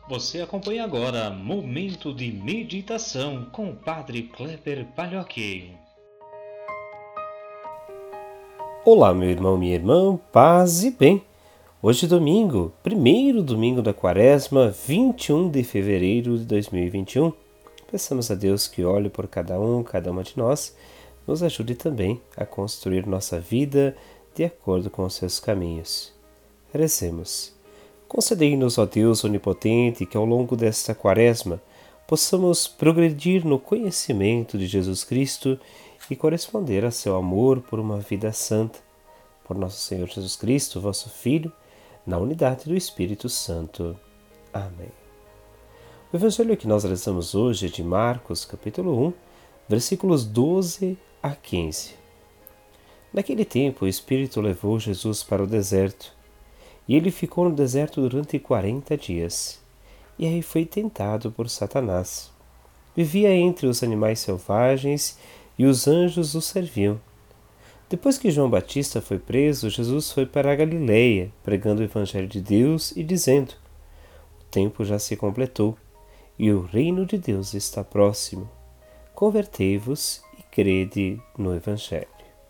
Você acompanha agora Momento de Meditação com o Padre Kleber Palhoque. Olá, meu irmão, minha irmã, paz e bem. Hoje domingo, primeiro domingo da quaresma, 21 de fevereiro de 2021. Peçamos a Deus que olhe por cada uma de nós, nos ajude também a construir nossa vida de acordo com os seus caminhos. Rezemos. Concedei-nos, ó Deus onipotente, que ao longo desta quaresma possamos progredir no conhecimento de Jesus Cristo e corresponder a seu amor por uma vida santa. Por nosso Senhor Jesus Cristo, vosso Filho, na unidade do Espírito Santo. Amém. O evangelho que nós rezamos hoje é de Marcos, capítulo 1, versículos 12 a 15. Naquele tempo, o Espírito levou Jesus para o deserto, e ele ficou no deserto durante 40 dias. E aí foi tentado por Satanás. Vivia entre os animais selvagens e os anjos o serviam. Depois que João Batista foi preso, Jesus foi para a Galileia, pregando o Evangelho de Deus e dizendo: o tempo já se completou, e o reino de Deus está próximo. Convertei-vos e crede no Evangelho.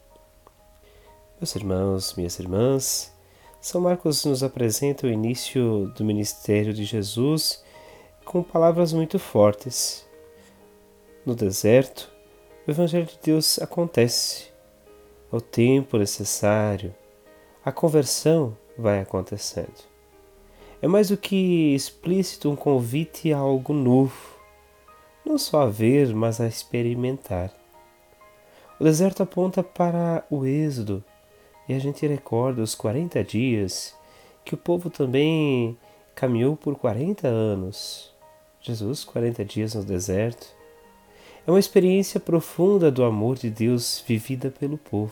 Meus irmãos, minhas irmãs, São Marcos nos apresenta o início do ministério de Jesus com palavras muito fortes. No deserto, o Evangelho de Deus acontece. O tempo necessário, a conversão vai acontecendo. É mais do que explícito um convite a algo novo, não só a ver, mas a experimentar. O deserto aponta para o êxodo, e a gente recorda os 40 dias que o povo também caminhou por 40 anos. Jesus, 40 dias no deserto. É uma experiência profunda do amor de Deus vivida pelo povo.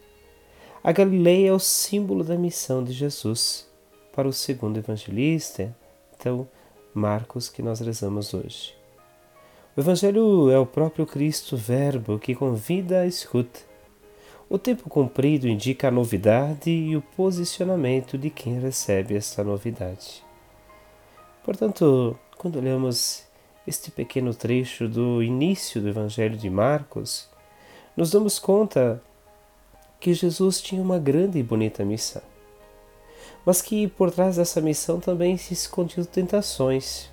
A Galileia é o símbolo da missão de Jesus para o segundo evangelista, então Marcos, que nós rezamos hoje. O Evangelho é o próprio Cristo Verbo que convida à escuta. O tempo cumprido indica a novidade e o posicionamento de quem recebe esta novidade. Portanto, quando olhamos este pequeno trecho do início do Evangelho de Marcos, nos damos conta que Jesus tinha uma grande e bonita missão, mas que por trás dessa missão também se escondiam tentações,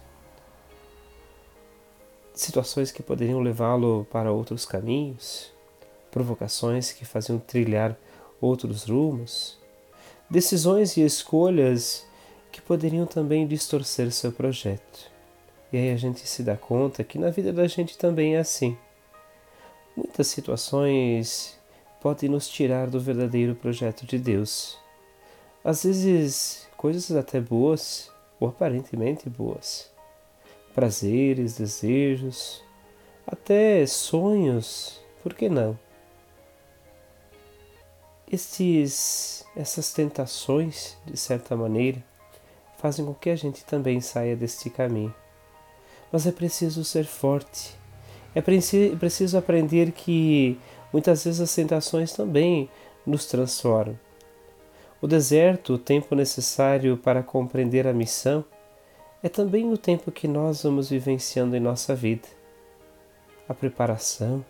situações que poderiam levá-lo para outros caminhos, provocações que faziam trilhar outros rumos, decisões e escolhas que poderiam também distorcer seu projeto. E aí a gente se dá conta que na vida da gente também é assim. Muitas situações podem nos tirar do verdadeiro projeto de Deus. Às vezes, coisas até boas, ou aparentemente boas. Prazeres, desejos, até sonhos, por que não? Essas tentações, de certa maneira, fazem com que a gente também saia deste caminho. Mas é preciso ser forte. É preciso aprender que muitas vezes as tentações também nos transformam. O deserto, o tempo necessário para compreender a missão, é também o tempo que nós vamos vivenciando em nossa vida. A preparação.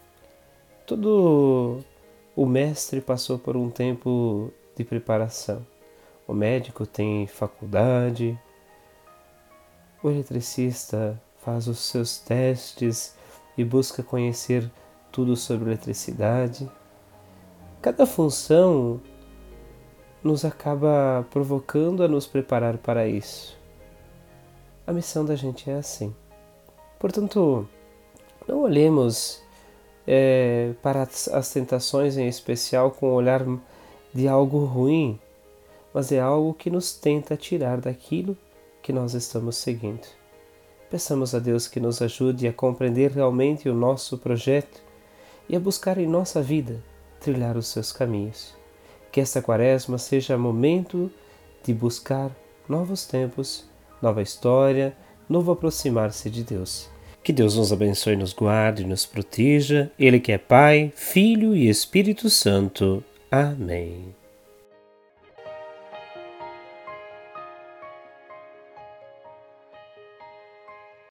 Todo o mestre passou por um tempo de preparação. O médico tem faculdade, o eletricista faz os seus testes e busca conhecer tudo sobre eletricidade. Cada função nos acaba provocando a nos preparar para isso. A missão da gente é assim. Portanto, não olhemos para as tentações em especial com o olhar de algo ruim, mas é algo que nos tenta tirar daquilo que nós estamos seguindo. Peçamos a Deus que nos ajude a compreender realmente o nosso projeto e a buscar em nossa vida trilhar os seus caminhos. Que esta quaresma seja momento de buscar novos tempos, nova história, novo aproximar-se de Deus. Que Deus nos abençoe, nos guarde e nos proteja. Ele que é Pai, Filho e Espírito Santo. Amém.